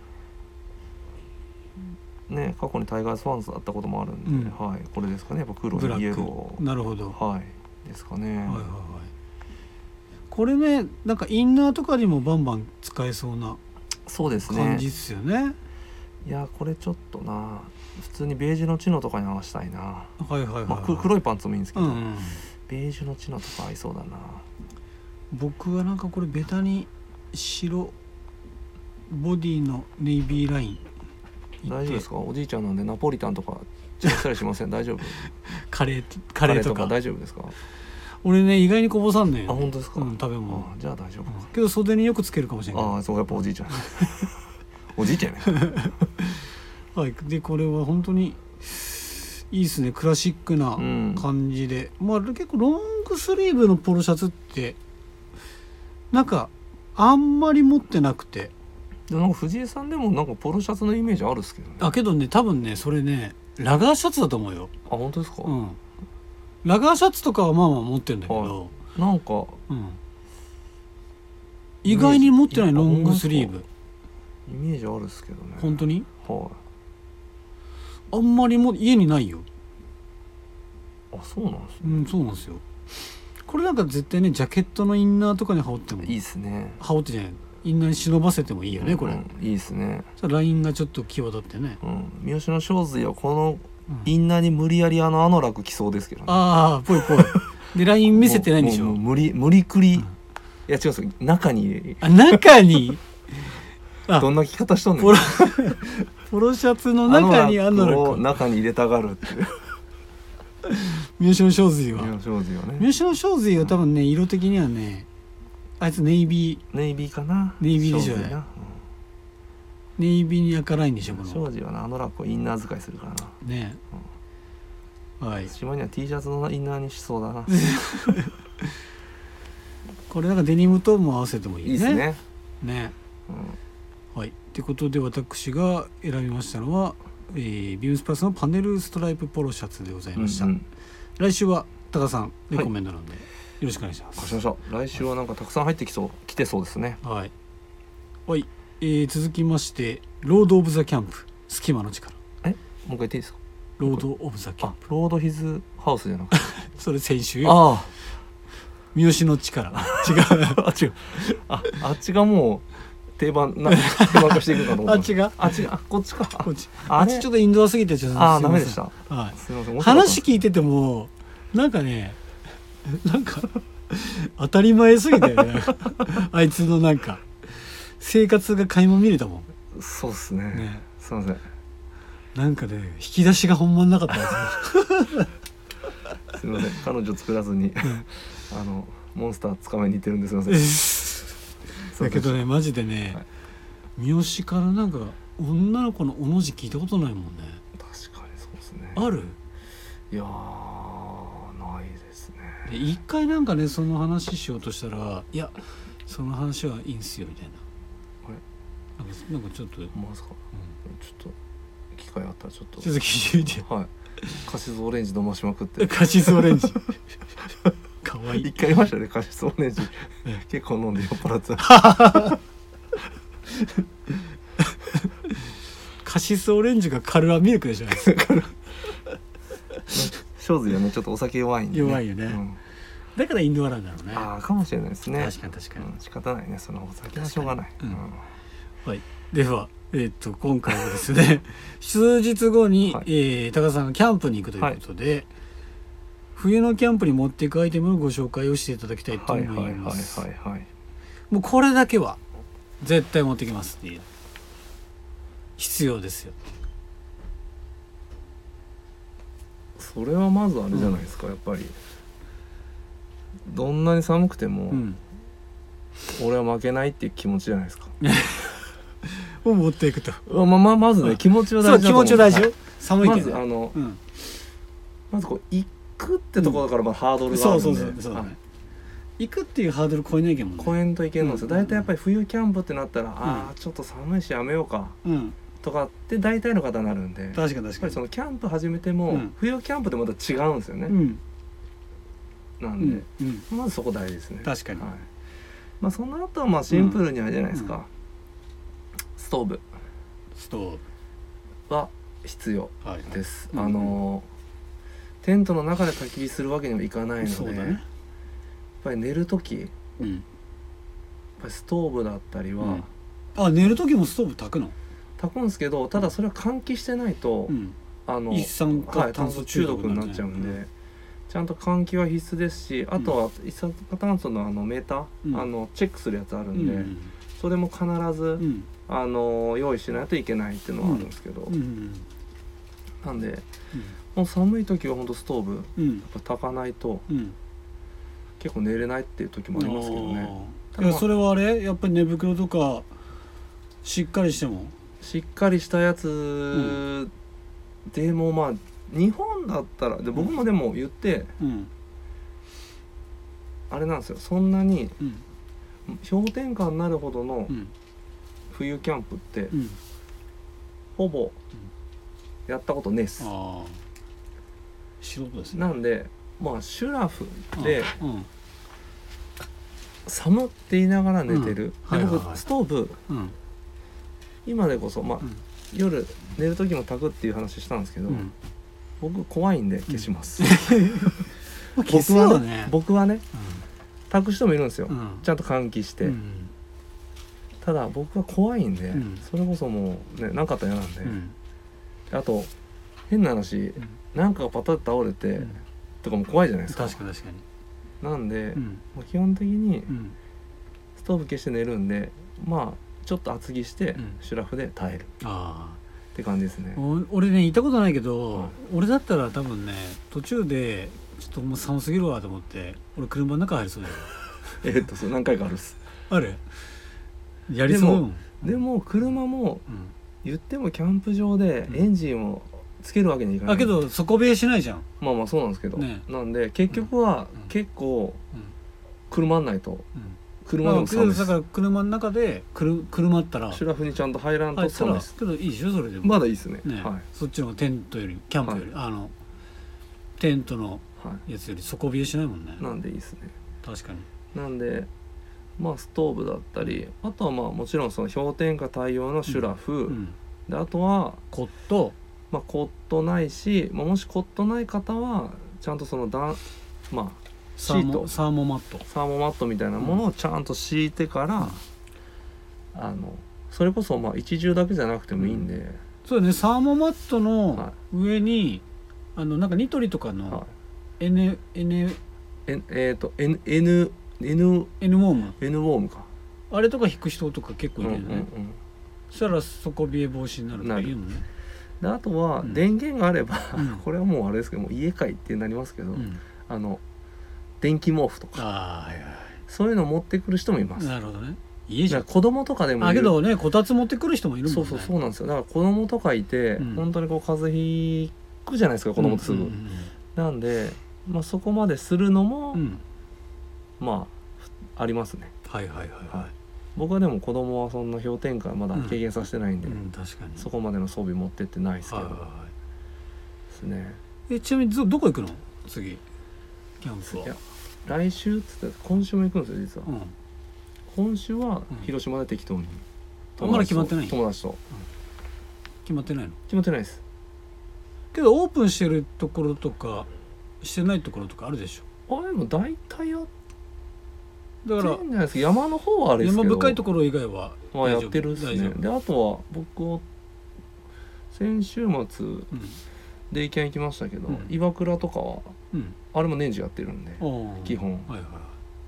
うん、ね過去にタイガースファンズだったこともあるんで、うん、はいこれですかね。やっぱ黒にイエロー。 なるほど。 はいですかね。はいはいはい。 これねなんかインナーとかにもバンバン使えそうなそうですね感じっすよね。 いやこれちょっとな普通にベージュのチノとかに合わせたいな。 はいはいはい、はい、まあ、黒いパンツもいいんですけど、うんうん、ベージュのチノとか合いそうだな。 僕はなんかこれベタに白ボディのネイビーライン大丈夫ですか？おじいちゃんなんでナポリタンとか違ったりしません大丈夫カレーカレーとか大丈夫ですか？ 俺ね意外にこぼさんねん。 あ本当ですか？ うん、食べ物。 あじゃあ大丈夫、うん、 けど袖によくつけるかもしれない。 ああそうやっぱおじいちゃんおじいちゃんやねはいでこれは本当にいいですね。クラシックな感じで、うん、まあ結構ロングスリーブのポロシャツってなんかあんまり持ってなくて、 なんか藤井さんでもなんかポロシャツのイメージあるっすけどね。 あけどね多分ねそれねラガーシャツだと思うよ。 あ本当ですか？ うんラガーシャツとかはまあまあ持ってるんだけど、はい、 なんか、うん、 意外に持ってないロングスリーブイメージあるっすけどね。 本当に？ はい。 あんまりも家にないよ。 あそうなんですね。 うんそうなんですよ。これなんか絶対ねジャケットのインナーとかに羽織ってもいいですね。 羽織ってじゃないインナーに忍ばせてもいいよね、うん、これ、 うん、いいですね。 ラインがちょっと際立ってね、 うん、三好の正髄はこのインナーに無理やりあのアノラク着そうですけどね。 ああぽいぽいでライン見せてないんでしょ。 もうもう無理無理くり、うん、いや違うんですよ中にあ中にどんな着方しとんねん。 ポロポロシャツの中にアノラクを中に入れたがるっていう三好の正髄は三好の正髄はね三好の正髄は多分ね色的にはねあいつネイビーネイビーかな。 ネイビーでしょうね、うん、ネイビーに赤ラインでしょこの正髄はなあのラックをインナー使いするからなねえ、うん、はい島には T シャツのインナーにしそうだなこれなんかデニムとも合わせてもいいね。いいですね。ね、うん、はいということで私が選びましたのは、えー、ビームスプラスのパネルストライプポロシャツでございました、うんうん、来週は高さんレコメンドなんで、はい、よろしくお願いします。 かしました。来週はなんかたくさん入ってきそう来てそうですね。 はい、はい、えー、続きましてロード・オブ・ザ・キャンプ隙間の力。 えもう一回言っていいですか？ ロード・オブ・ザ・キャンプ。 ロード・ヒズ・ハウスじゃなくてそれ先週よ。 ああ三好の力違うあ違うああっちがもう定番な定番化していくかと思ったあっちがあっちがあこっちかこっちあっちちょっとインドアすぎてちょっとああダメでした、 はい、 すいません話聞いててもなんかねなんか当たり前すぎたよねあいつのなんか生活が垣間見れたもん。 そうっすねねすいませんなんかね引き出しがほんまなかったですすいません彼女作らずに、うん、あのモンスター捕まえに行ってるんですいませんだけどねマジでね、はい、三好からなんか女の子のおの字聞いたことないもんね。 確かにそうですね。 ある？ いやないですね。 で一回なんかねその話しようとしたらいやその話はいいんすよみたいな。 あれなんかなんかちょっとまさか、うん、ちょっと機会あったらちょっとちょっと聞いてみて。 はいカシスオレンジ飲ましまくってカシスオレンジかわいい。 一回言いましたねカシスオレンジ結構飲んで酔っ払ってたカシスオレンジがカルアミルクでしょ正髄はねちょっとお酒弱いんで、ね、 弱いよね、うん、だからインドアなんだろうね。 ああかもしれないですね。 確かに確かに、 うん、仕方ないねそのお酒はしょうがない、うんうん、 はいではえー、っと今回はですね数日後に、はいえー、高田さんがキャンプに行くということで、はい、冬のキャンプに持っていくアイテムのご紹介をしていただきたいと思います。もうこれだけは絶対持ってきますっていう必要ですよ。 それはまずあれじゃないですか、うん、やっぱりどんなに寒くても、うん、俺は負けないっていう気持ちじゃないですかを持っていくとま, ま, まずね気持ちは大事だと思う。 そう気持ちは大事よ、はい、寒いけど、 まずあの、うん、まずこう行くってところからまあハードルがあるんで、うん、そうそうそうそう、ね、 行くっていうハードル超えないけどもね超えんといけんのですよ。大体やっぱり冬キャンプってなったら、うん、ああちょっと寒いしやめようか、うん、とかって大体の方になるんで、 確かに確かにやっぱりそのキャンプ始めても、うん、冬キャンプってまた違うんですよね、うん、なんで、うんうん、まずそこ大事ですね。 確かに、 はい、まあ、その後はまあシンプルにあれじゃないですか、うんうん、ストーブストーブは必要です、 はいはい、 あのテントの中で焚き火するわけにもいかないので、そうだね、やっぱり寝る時、うん、やっぱりストーブだったりは、うん、 あ寝る時もストーブ焚くの？ 焚くんですけど、ただそれは換気してないと、うん、あの一酸化炭素中毒になっちゃうんで、うん、ちゃんと換気は必須ですし、あとは一酸化炭素のあのメーター、うん、あのチェックするやつあるんで、うん、それも必ず、うん、あの用意しないといけないっていうのはあるんですけど、うんうん、なんで、うん、もう寒い時は本当ストーブ、うん、やっぱ焚かないと、うん、結構寝れないっていう時もありますけどね。 いやそれはあれやっぱり寝袋とかしっかりしてもしっかりしたやつでも、まあ日本だったらで僕もでも言って、うん、あれなんですよ、そんなに氷点下になるほどの冬キャンプって、うん、ほぼやったことねえっす。 あ素人ですね。 なんでまあシュラフで、うん、寒って言いながら寝てる、うん、で僕、はいはいはい、ストーブ、うん、今でこそまあ、うん、夜寝る時も焚くっていう話したんですけど、うん、僕怖いんで消します、 うん、僕はね僕はね、うん、焚く人もいるんですよ、うん、ちゃんと換気して、うん、ただ僕は怖いんで、うん、それこそもうね何かあったら嫌なんで、うん、あと変な話、うん、なんかがパタッと倒れて、うん、とかも怖いじゃないですか。 確かに確かに。 なんで、うん、基本的にストーブ消して寝るんで、まあちょっと厚着してシュラフで耐える、うん、あって感じですね。 俺ね行ったことないけど、はい、俺だったら多分ね途中でちょっともう寒すぎるわと思って俺車の中入りそうだよえっとそれ何回かあるっす。 あるやりそう。でも、 でも車も、うん、言ってもキャンプ場でエンジンをつけるわけにいかない。 あけど底冷えしないじゃん。 まあまあそうなんですけど、ね、なんで結局は結構車んないと、うん、車でも寒いです。 だから車の中でくる車ったらシュラフにちゃんと入らんと寒いです。 けどいいでしょそれでも。 まだいいですね。 ね、はい、そっちの方がテントよりキャンプより、はい、あのテントのやつより底冷えしないもんね。 なんでいいですね。 確かに。 なんでまあストーブだったり、あとはまあもちろんその氷点下対応のシュラフ、うんうん、であとはコット、 まあコットないし、まあ、もしコットない方はちゃんとそのだまあシートサーモマットサーモマットみたいなものをちゃんと敷いてから、うん、あのそれこそまあ一重だけじゃなくてもいいんで、うん、 そうだね、サーモマットの上に、はい、あのなんかニトリとかの、はい、N N ええー、と N N N N ウォーム N ウォームか、 あれとか引く人とか結構いるよね、 うんうんうん、 そしたら底冷え防止になるとか言うのね。 であとは電源があれば、うん、これはもうあれですけども家帰ってなりますけど、うん、あの電気毛布とか、あ、はいはい、そういうのを持ってくる人もいます。 なるほどね。家じゃ子供とかでもいる。 あけどね、こたつ持ってくる人もいるもんね。 そうそうそうなんですよ。だから子供とかいて、うん、本当にこう風邪ひくじゃないですか、子供ってすぐ、うんうんうん、なんで、まあ、そこまでするのも、うん、まあありますね。 はいはいはい、はい、 僕はでも子供はそんな氷点下まだ経験させてないんで、うんうん、確かにそこまでの装備持ってってないですけど、はいはいはい、ですね。 えちなみにどこ行くの次キャンプは？いや来週っつって今週も行くんですよ実は、うん、今週は広島で適当に、 うん、まだ決まってない？ 友達と、うん、 決まってないの？ 決まってないですけどオープンしてるところとかしてないところとかあるでしょ？ あれも大体やだから山の方はあれですけど山深いところ以外はまあやってるっすね。であとは僕は先週末、うんデイキャン行きましたけど、うん、岩倉とかは、うん、あれも年中やってるんで基本、はいはい、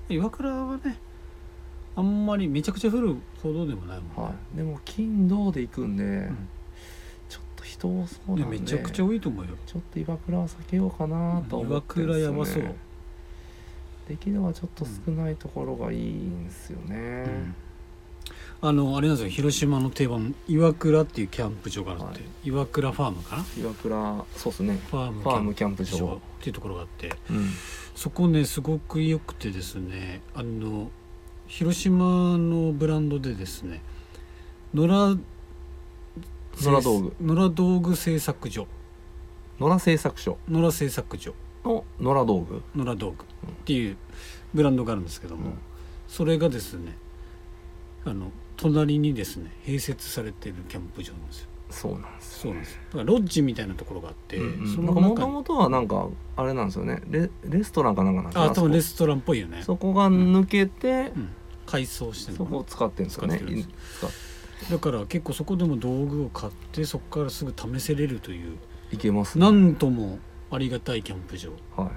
岩倉はねあんまりめちゃくちゃ降るほどでもないもんね、 はい、でも金土で行くんで、うん、ちょっと人多そうなんでめちゃくちゃ多いと思うよ。 ちょっと岩倉は避けようかなと思ってるんですよね、うん、岩倉やばそう。できればちょっと少ないところがいいんですよね、うんあのあれなんですよ、広島の定番岩倉っていうキャンプ場があって、はい、岩倉ファームかな、 岩倉そうですねファーム、 ファームキャンプ場っていうところがあって、 うん、 そこねすごく良くてですね、あの広島のブランドでですね野良野良道具野良道具製作所野良製作所野良製作所の野良道具野良道具っていうブランドがあるんですけども、うん、それがですねあの隣にですね併設されているキャンプ場なんですよ。 そうなんです、ね、 そうなんです。だからロッジみたいなところがあって、 うんうん、そのもともとはなんかあれなんですよね レ, レストランかなんかなんですよ。 あ多分レストランっぽいよね。 そこが抜けて、うんうん、 改装してるのそこを使ってるんですよね。 だから結構そこでも道具を買ってそこからすぐ試せれるといういけます、ね、 なんともありがたいキャンプ場、 はい、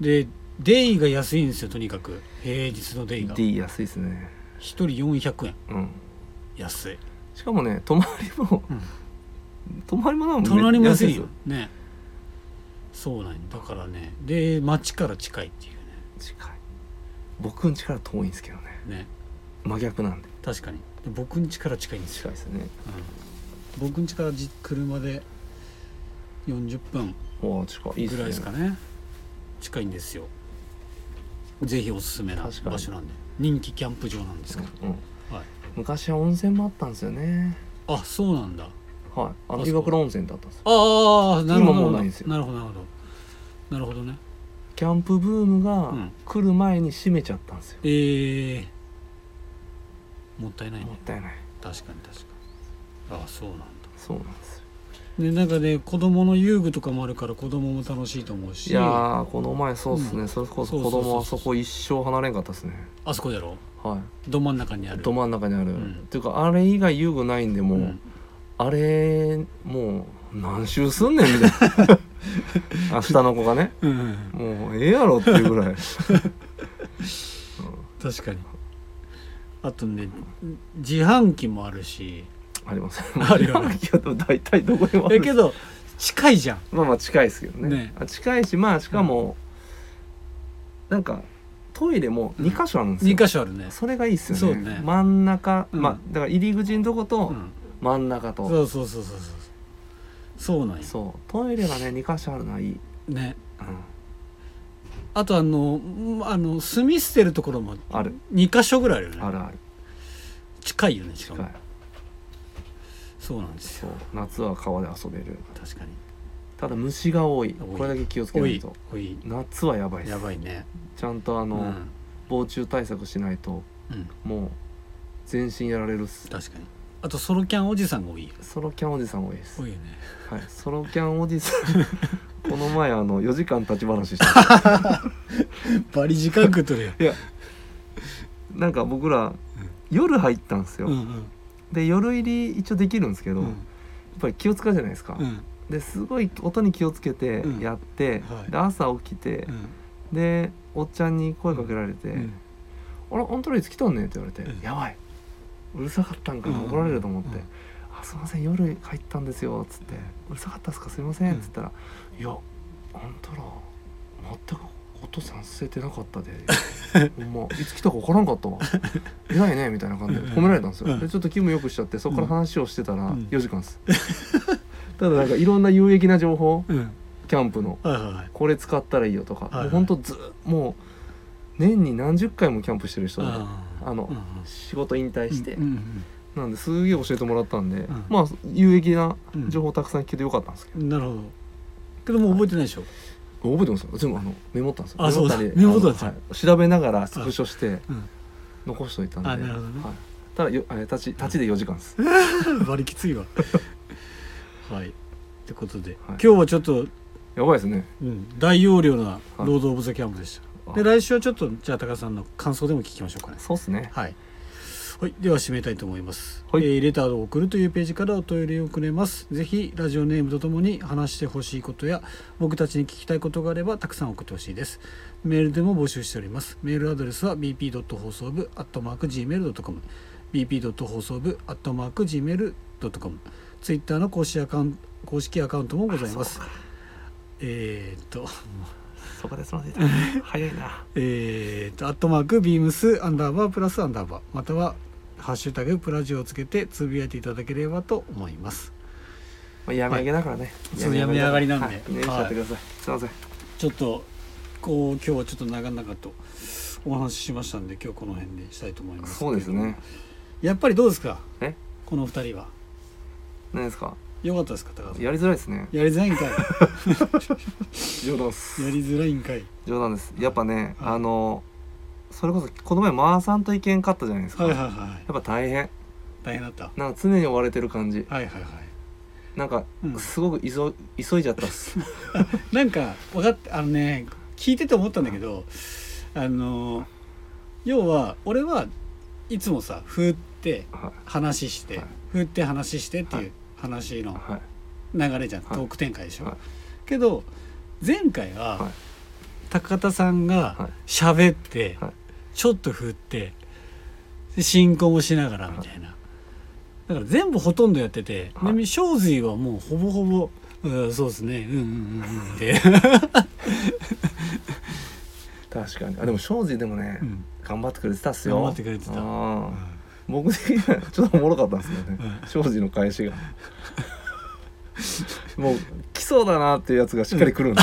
でデイが安いんですよ。とにかく平日のデイがデイ安いですね。 ひとりよんひゃくえん、 うん、 安い。 しかもね泊まりも、うん、泊まりもなんも隣も安いよね。そうなんだからね。で街から近いっていうね。 近い。僕ん家から遠いんですけどね。 ね。 真逆なんで。 確かに。僕ん家から近いんですよ。 近いですね。 うん、僕ん家からじ車でよんじゅっぷんぐらいですかね。近いんですよ。ぜひおすすめな場所なんで。人気キャンプ場なんですけど、うんうんはい、 昔は温泉もあったんですよね。 あ、そうなんだ。 はい、あの岩倉温泉だったんですよ。 ああ、なるほど。 今もうないんですよ。 なるほどなるほど。なるほどね。 キャンプブームが来る前に閉めちゃったんですよ。 うん、ええー、もったいないね。 もったいない。 確かに確かに。ああ、そうなんだ。 そうなんですよ。 でなんかね子供の遊具とかもあるから子供も楽しいと思うし。 いやーこの前そうですね、うん、それこそ子供はそこ一生離れんかったですね。 あそこやろ。 はい。 ど真ん中にある。 ど真ん中にある。うん、っていうかあれ以外遊具ないんでもう、うん、あれもう何周すんねんみたいな。明日の子がね、うんうん、もうええやろっていうぐらい。うん、 確かに。あとね自販機もあるし。 あります。あるよね。大体どこでもある。 えけど近いじゃん。 まあまあ近いですけどね。 ね近いしまあしかも、うん、なんかトイレもにかしょあるんですよ。 にかしょあるね。 それがいいっすよね。 そうね。 真ん中、うん、まあだから入り口のとこと真ん中と。 そうそうそうそうそう。そうなんや。 そうトイレがねにかしょあるのはいい。 ね。 うん。 あとあのあの炭捨てるところもある。 にかしょぐらいあるよね。 あるある。 近いよねしかも。 近い。 そうなんですよ。 夏は川で遊べる。 確かに。 ただ虫が多い。これだけ気をつけないと。 多い。 夏はやばいです。 やばいね。 ちゃんとあの、うん、防虫対策しないと、うん、もう全身やられるっす。 確かに。 あとソロキャンおじさんが多い。 ソロキャンおじさん多いです。 多いよね。 はい、ソロキャンおじさんこの前あのよじかん立ち話したバリ時間食っとるやん。 いやなんか僕ら、うん、夜入ったんですよ、うんうん、で夜入り一応できるんですけど、うん、やっぱり気を使うじゃないですか、うん、ですごい音に気をつけてやって、うんはい、で朝起きて、うん、でおっちゃんに声かけられて、うん、あらあんたらいつ来たんねんって言われて、うん、やばいうるさかったんかな、怒られると思って、うんうん、あすいません夜入ったんですよっつって、うるさかったっすかすいませんっつったら、うん、いやあんたら全く音さんせてなかったでほんまいつ来たか分からんかったわ偉いねみたいな感じで褒められたんですよ、うん、でちょっと気分よくしちゃってそこから話をしてたらよじかんです、うん、ただなんかいろんな有益な情報、うん、キャンプの、はいはいはい、これ使ったらいいよとか、はいはい、もうほんとずもう年に何十回もキャンプしてる人で、ああの、うんうん、仕事引退して、うんうんうんなんですげえ教えてもらったんで、うん、まあ有益な情報たくさん聞けてよかったんですけど、 うん、なるほどけどもう覚えてないでしょ、 はい、覚えてますよ全部あのメモったんですよ。 あそうだメモったんですよ、 はい、調べながらスクショして残しといたんで、あなるほどね、はい、ただよ立ち立ちでよじかんですバリきついわはいってことで、はい、今日はちょっとやばいですね、 うん、大容量なロードオブザキャンプでした、はい、で来週はちょっとじゃあ高田さんの感想でも聞きましょうかね。 そうですね、 はいはい、では締めたいと思います、はいえー、レターを送るというページからお問い合わせをくれます。ぜひラジオネームとともに話してほしいことや僕たちに聞きたいことがあればたくさん送ってほしいです。メールでも募集しております。メールアドレスは ビーピー 放送部 アットマーク ジーメール ドットコム ビーピー 放送部 アットマーク ジーメール ドットコム ツイッターの公式アカウント、公式アカウントもございます。えー、っとそこですので早いなえー、っとアットマークビームスアンダーバープラスアンダーバーまたはハッシュタグプラジオをつけてつぶやいていただければと思います。 まあ、やめ上げだからね、はい、 そうやめ上がりなんで、はい、 ねしちゃってください、はい、すいませんちょっとこう今日はちょっと長々とお話ししましたんで今日この辺でしたいと思います。 そうですねやっぱりどうですかえこのふたりは。 何ですかよかったですか高田さん。 やりづらいですね。 やりづらいんかい冗談です。 やりづらいんかい冗談です。やっぱね、はい、あのそれこそこの前マーさんと意見勝ったじゃないですか、はいはいはい、やっぱ大変大変だった。 なんか常に追われてる感じ。 はいはいはい。 なんか、うん、すごく急急いじゃったっすなんか分かってあのね聞いてて思ったんだけど、あの要は俺はいつもさ振って話して、はい、振って話してっていう話の流れじゃん、はい、トーク展開でしょ、はい、けど前回は、はい、高田さんが喋って、はい、ちょっと振って進行もしながらみたいな、だから全部ほとんどやってて、はい、正髄はもうほぼほぼ、うん、そうですねうんうんうんって確かに。あでも正髄でもね、うん、頑張ってくれてたっすよ。 頑張ってくれてた。あ、うん、 僕的にはちょっとおもろかったんですけどね、うん、正髄の返しがもう来そうだなっていうやつがしっかり来るんで、うん、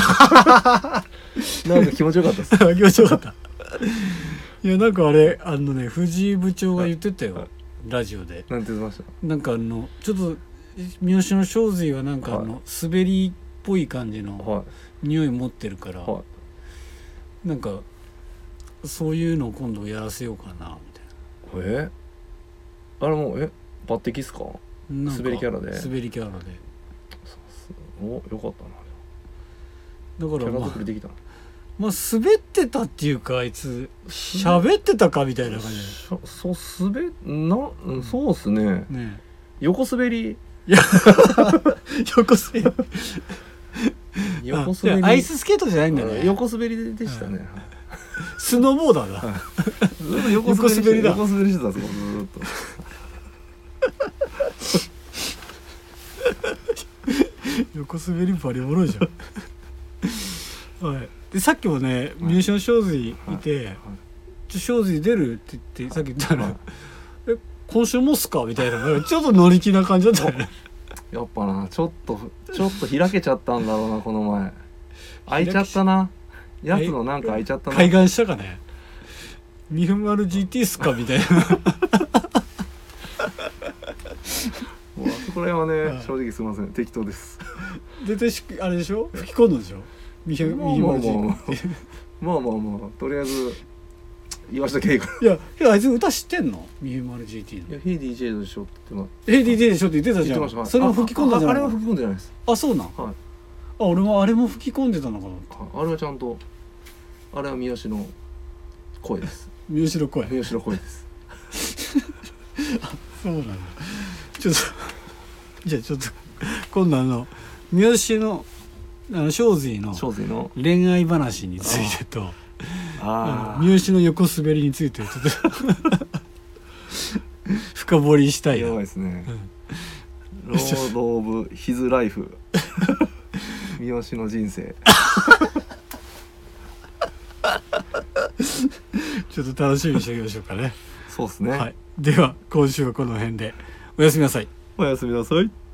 なんか気持ちよかったです気持ちよかったいやなんかあれあのね藤井部長が言ってたよ、はい、ラジオで。 なんて言ってました？ なんかあのちょっと三好の正髄はなんかあの、はい、滑りっぽい感じの匂い持ってるから、はい、なんかそういうのを今度やらせようかなみたいな。 えあれもうえ抜擢っすか？滑りキャラで滑りキャラでおよかったな。 だから、 まあ、キャラ作りできた。 まあ滑ってたっていうかあいつ喋ってたかみたいな感じで。 そう滑な、うん、そうっすね。ね横滑り横滑り横滑りアイススケートじゃないんだね。 横滑りでしたね、はい、 スノーボーダーだ、はい、横滑りだ。 横滑りしてたんですずっと横滑りバリおもろいじゃん、はい、でさっきもねミュージシャン正髄いて、はいはい、ちょ正髄出るって言ってさっき言ったら、はい、え今週もっすかみたいなちょっと乗り気な感じだったねやっぱなちょっとちょっと開けちゃったんだろうなこの前開いちゃったなやつのなんか開いちゃったな。 開眼したかねミフマル ジーティー っすかみたいなもうあそこら辺はね、はい、正直すみません適当です。 絶対あれでしょ吹き込んだでしょミフマル ジーティーまあまあまあまあとりあえず岩下圭吾いやいやあいつ歌知ってんの ミーユーマルジーティー の。 いやヘイ ディージェー でしょって言ってヘイ ディージェー でしょって言ってたじゃん。 言ってました。 それも吹き込んだじゃん。 あ, あ, あれは吹き込んでないです。 あそうなん、はい、あ俺もあれも吹き込んでたのかな。 あれはちゃんとあれは三好の声です。 三好の声。 三好の声ですあそうなんだ。ちょっとじゃあちょっと今度あの三好のあの正髄の恋愛話についてとああ三好の横滑りについてちょっと深掘りしたいな。 やばいですね、うん、ロード・オブ・ヒズ・ライフ三好の人生ちょっと楽しみにしておきましょうかね。 そうですね、 はい、では今週はこの辺でおやすみなさい。 おやすみなさい。